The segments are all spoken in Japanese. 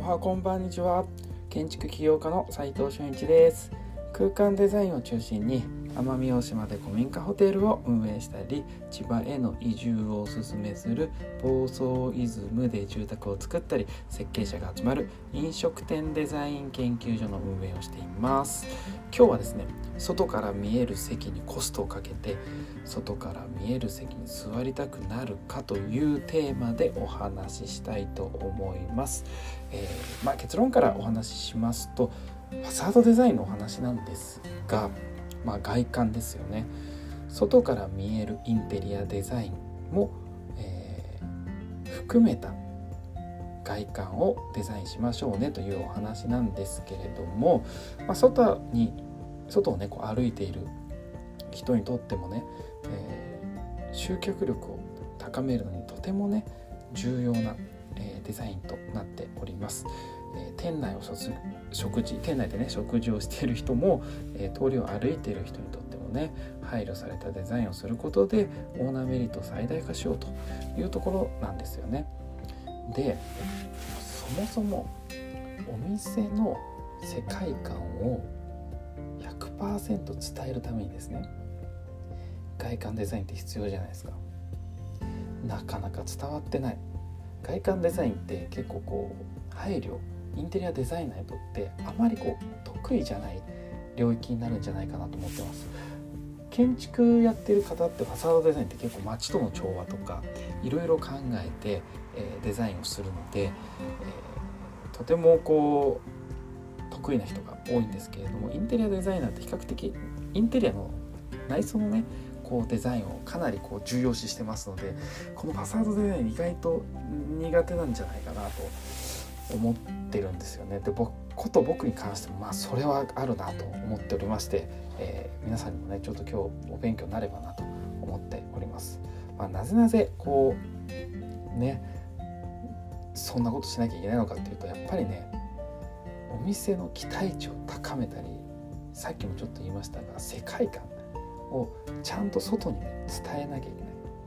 はこんばんにちは。建築起業家の斉藤俊一です。空間デザインを中心に奄美大島で古民家ホテルを運営したり、千葉への移住をおすすめする房総イズムで住宅を作ったり、設計者が集まる飲食店デザイン研究所の運営をしています。今日はですね、外から見える席にコストをかけて外から見える席に座りたくなるかというテーマでお話ししたいと思います。結論からお話ししますと、ファサードデザインのお話なんですが、外観ですよね。外から見えるインテリアデザインも、含めた外観をデザインしましょうねというお話なんですけれども、外をねこう歩いている人にとってもね、集客力を高めるのにとてもね重要な、デザインとなっております。店内でね食事をしている人も、通りを歩いている人にとってもね配慮されたデザインをすることでオーナーメリットを最大化しようというところなんですよね。で、そもそもお店の世界観を 100% 伝えるためにですね、外観デザインって必要じゃないですか。なかなか伝わってない。外観デザインって結構こう配慮、インテリアデザイナーにとってあまりこう得意じゃない領域になるんじゃないかなと思ってます。建築やってる方ってファサードデザインって結構街との調和とかいろいろ考えて、デザインをするので、とてもこう得意な人が多いんですけれども、インテリアデザイナーって比較的インテリアの内装のねこうデザインをかなりこう重要視してますので、このファサードデザイン意外と苦手なんじゃないかなと思ってるんですよね。で、僕に関してもそれはあるなと思っておりまして、皆さんにもねちょっと今日お勉強になればなと思っております。なぜこうねそんなことしなきゃいけないのかっていうと、やっぱりねお店の期待値を高めたり、さっきもちょっと言いましたが世界観をちゃんと外にね伝えなきゃいけない。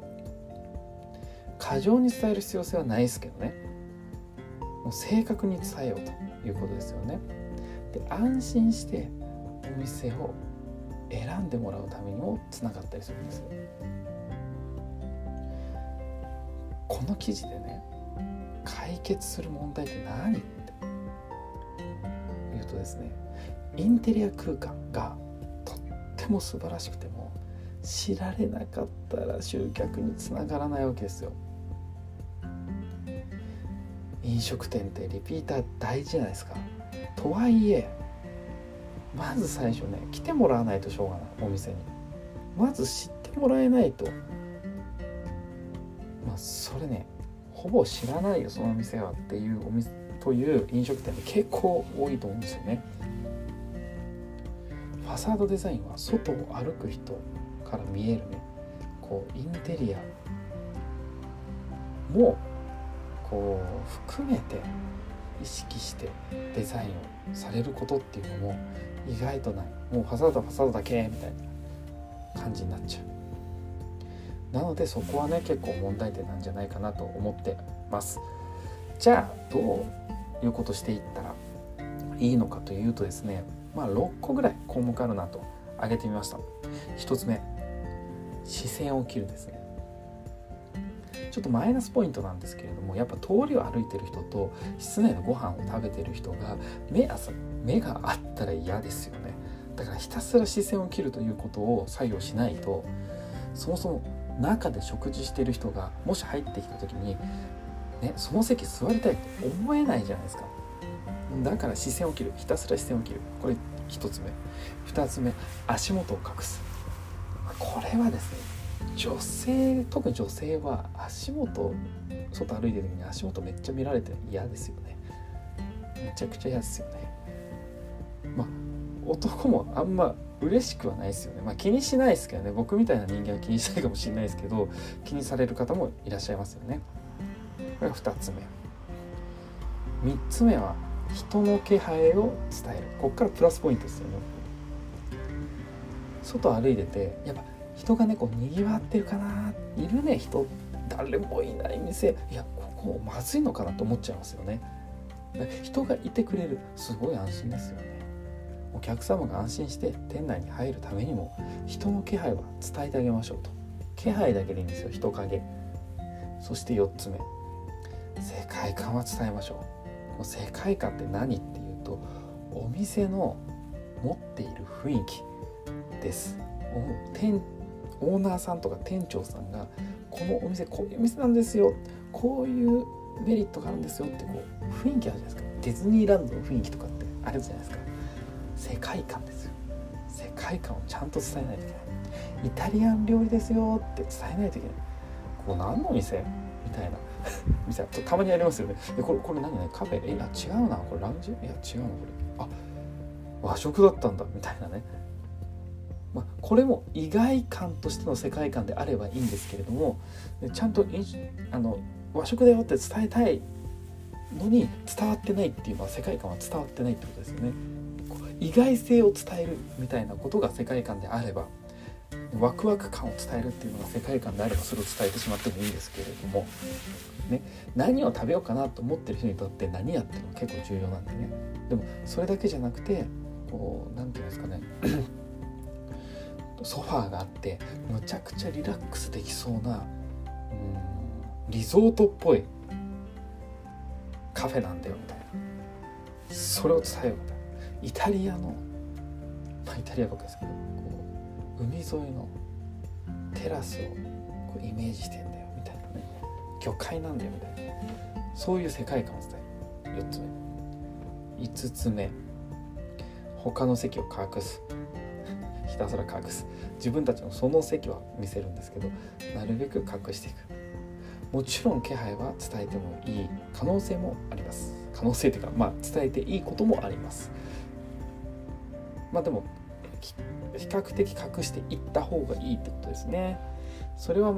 過剰に伝える必要性はないですけどね、もう正確に伝えようということですよね。で、安心してお店を選んでもらうためにもつながったりするんですよ。この記事でね解決する問題って何って言うとですね、インテリア空間がとっても素晴らしくても知られなかったら集客につながらないわけですよ。飲食店ってリピーター大事じゃないですか。とはいえまず最初ね来てもらわないとしょうがない。お店にまず知ってもらえないと、それねほぼ知らないよその店はっていうお店という飲食店って結構多いと思うんですよね。ファサードデザインは外を歩く人から見えるねこうインテリアもこう含めて意識してデザインをされることっていうのも意外とない。もうファサードだけみたいな感じになっちゃう。なのでそこはね結構問題点なんじゃないかなと思ってます。じゃあどういうことしていったらいいのかというとですね、6個ぐらい項目あるなと挙げてみました。1つ目、視線を切るですね。ちょっとマイナスポイントなんですけれども、やっぱ通りを歩いてる人と室内のご飯を食べてる人が目があったら嫌ですよね。だからひたすら視線を切るということを作業しないと、そもそも中で食事してる人がもし入ってきた時に、その席座りたいと思えないじゃないですか。だから視線を切る、ひたすら視線を切る、これ1つ目。2つ目、足元を隠す。これはですね特に女性は外歩いてる時に足元めっちゃ見られて嫌ですよね。めちゃくちゃ嫌ですよね。男もあんま嬉しくはないですよね。気にしないですけどね。僕みたいな人間は気にしないかもしれないですけど、気にされる方もいらっしゃいますよね。これが2つ目。3つ目は人の気配を伝える。ここからプラスポイントですよね。外歩いててやっぱ人がねこう賑わってるかな、いるね人、誰もいない店、いやここまずいのかなと思っちゃいますよね。 人がいてくれる、すごい安心ですよね。お客様が安心して店内に入るためにも人の気配は伝えてあげましょうと。気配だけでいいんですよ、人影。そして4つ目、世界観は伝えましょう。この世界観って何っていうと、お店の持っている雰囲気です。オーナーさんとか店長さんがこのお店こういう店なんですよ、こういうメリットがあるんですよってこう雰囲気あるじゃないですか。ディズニーランドの雰囲気とかってあるじゃないですか。世界観ですよ。世界観をちゃんと伝えないといけない。イタリアン料理ですよって伝えないといけない。こう何の店みたいな店たまにありますよね。これ何カフェ？違うな、これラウンジ？違うな、これ和食だったんだみたいなね。これも意外感としての世界観であればいいんですけれども、ちゃんと和食だよって伝えたいのに伝わってないっていうのは、世界観は伝わってないってことですよね。意外性を伝えるみたいなことが世界観であれば、ワクワク感を伝えるっていうのが世界観であれば、それを伝えてしまってもいいんですけれども、ね、何を食べようかなと思ってる人にとって何やってるの結構重要なんでね。でもそれだけじゃなくて、なんていうんですかねソファーがあってむちゃくちゃリラックスできそうなリゾートっぽいカフェなんだよみたいな、それを伝えようみたいな。イタリアの、イタリアばっかですけど、海沿いのテラスをイメージしてんだよみたいなね、魚介なんだよみたいな、そういう世界観を伝える。4つ目。5つ目、他の席を隠す。ひたすら隠す。自分たちのその席は見せるんですけど、なるべく隠していく。もちろん気配は伝えてもいい可能性もあります。可能性というか、伝えていいこともあります。でも比較的隠していった方がいいってことですね。それは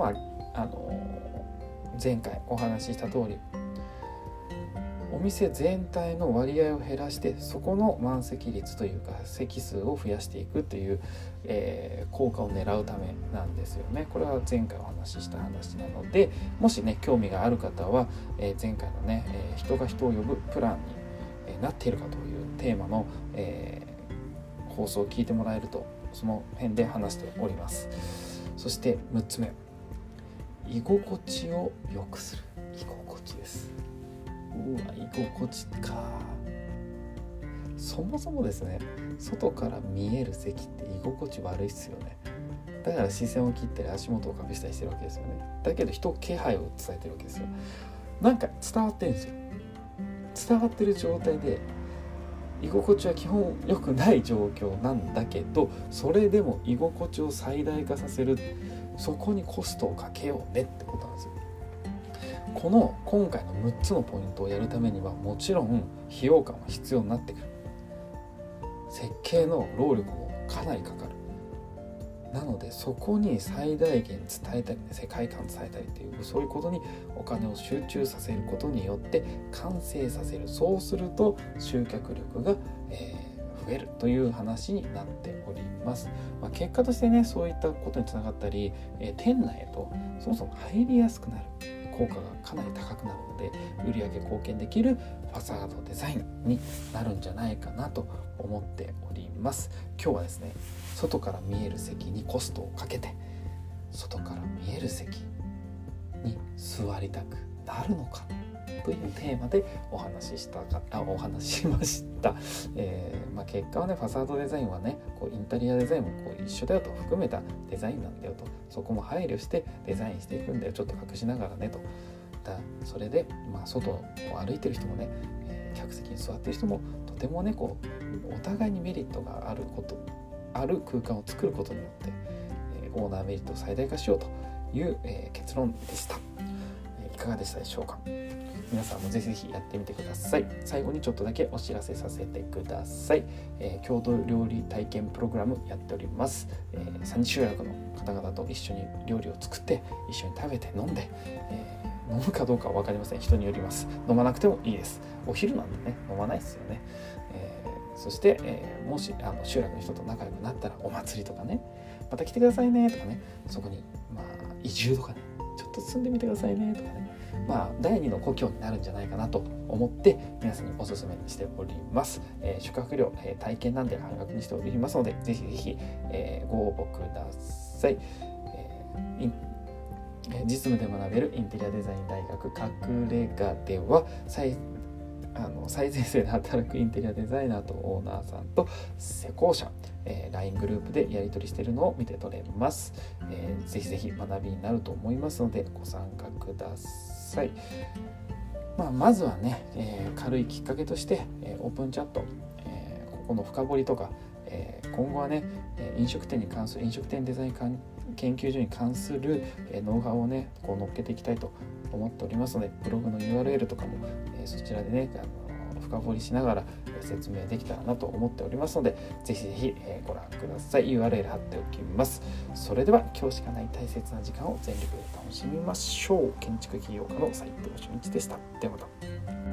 前回お話しした通り、お店全体の割合を減らして、そこの満席率というか席数を増やしていくという、効果を狙うためなんですよね。これは前回お話しした話なので、もしね興味がある方は、前回のね、人が人を呼ぶプランに、なっているかというテーマの、放送を聞いてもらえると、その辺で話しております。そして6つ目、居心地を良くする。居心地です。居心地か。そもそもですね、外から見える席って居心地悪いっすよね。だから視線を切ったり足元を隠したりしてるわけですよね。だけど人気配を伝えてるわけですよ。なんか伝わってるんですよ。伝わってる状態で居心地は基本良くない状況なんだけど、それでも居心地を最大化させる、そこにコストをかけようねってことなんですよ。今回の6つのポイントをやるためには、もちろん費用感は必要になってくる。設計の労力もかなりかかる。なのでそこに最大限伝えたり、世界観伝えたりっていう、そういうことにお金を集中させることによって完成させる。そうすると集客力が、増えるという話になっております。結果としてね、そういったことにつながったり、店内へとそもそも入りやすくなる効果がかなり高くなるので、売上貢献できるファサードデザインになるんじゃないかなと思っております。今日はですね、外から見える席にコストをかけて、外から見える席に座りたくなるのかというテーマでお話ししました。結果はね、ファサードデザインはね、インタリアデザインも一緒だよと、含めたデザインなんだよと、そこも配慮してデザインしていくんだよ、ちょっと隠しながらねと。それで、外を歩いてる人もね、客席に座ってる人もとてもね、お互いにメリットがある空間を作ることによって、オーナーメリットを最大化しようという、結論でした。いかがでしたでしょうか。皆さんもぜひぜひやってみてください。最後にちょっとだけお知らせさせてください。郷土料理体験プログラムやっております。三集落の方々と一緒に料理を作って、一緒に食べて飲んで、飲むかどうかは分かりません。人によります。飲まなくてもいいです。お昼なんでね、飲まないですよね。そして、もし集落の人と仲良くなったら、お祭りとかね、また来てくださいねとかね、そこに移住とかね、ちょっと住んでみてくださいねとかね、 第二の故郷になるんじゃないかなと思って皆さんにお勧めしております。宿泊料、体験なんで半額にしておりますので、ぜひぜひ、ご応募ください。実務で学べるインテリアデザイン大学隠れ家では最前線で働くインテリアデザイナーとオーナーさんと施工者、LINE グループでやり取りしているのを見て取れます。ぜひぜひ学びになると思いますのでご参加ください。まずはね、軽いきっかけとして、オープンチャット、ここの深掘りとか、今後はね飲食店デザイン研究所に関するノウハウをねこう載っけていきたいと思っておりますので、ブログの URL とかもそちらでね深掘りしながら説明できたらなと思っておりますので、ぜひぜひご覧ください。 URL 貼っておきます。それでは今日しかない大切な時間を全力で楽しみましょう。建築起業家の斉藤俊一でした。ではまた。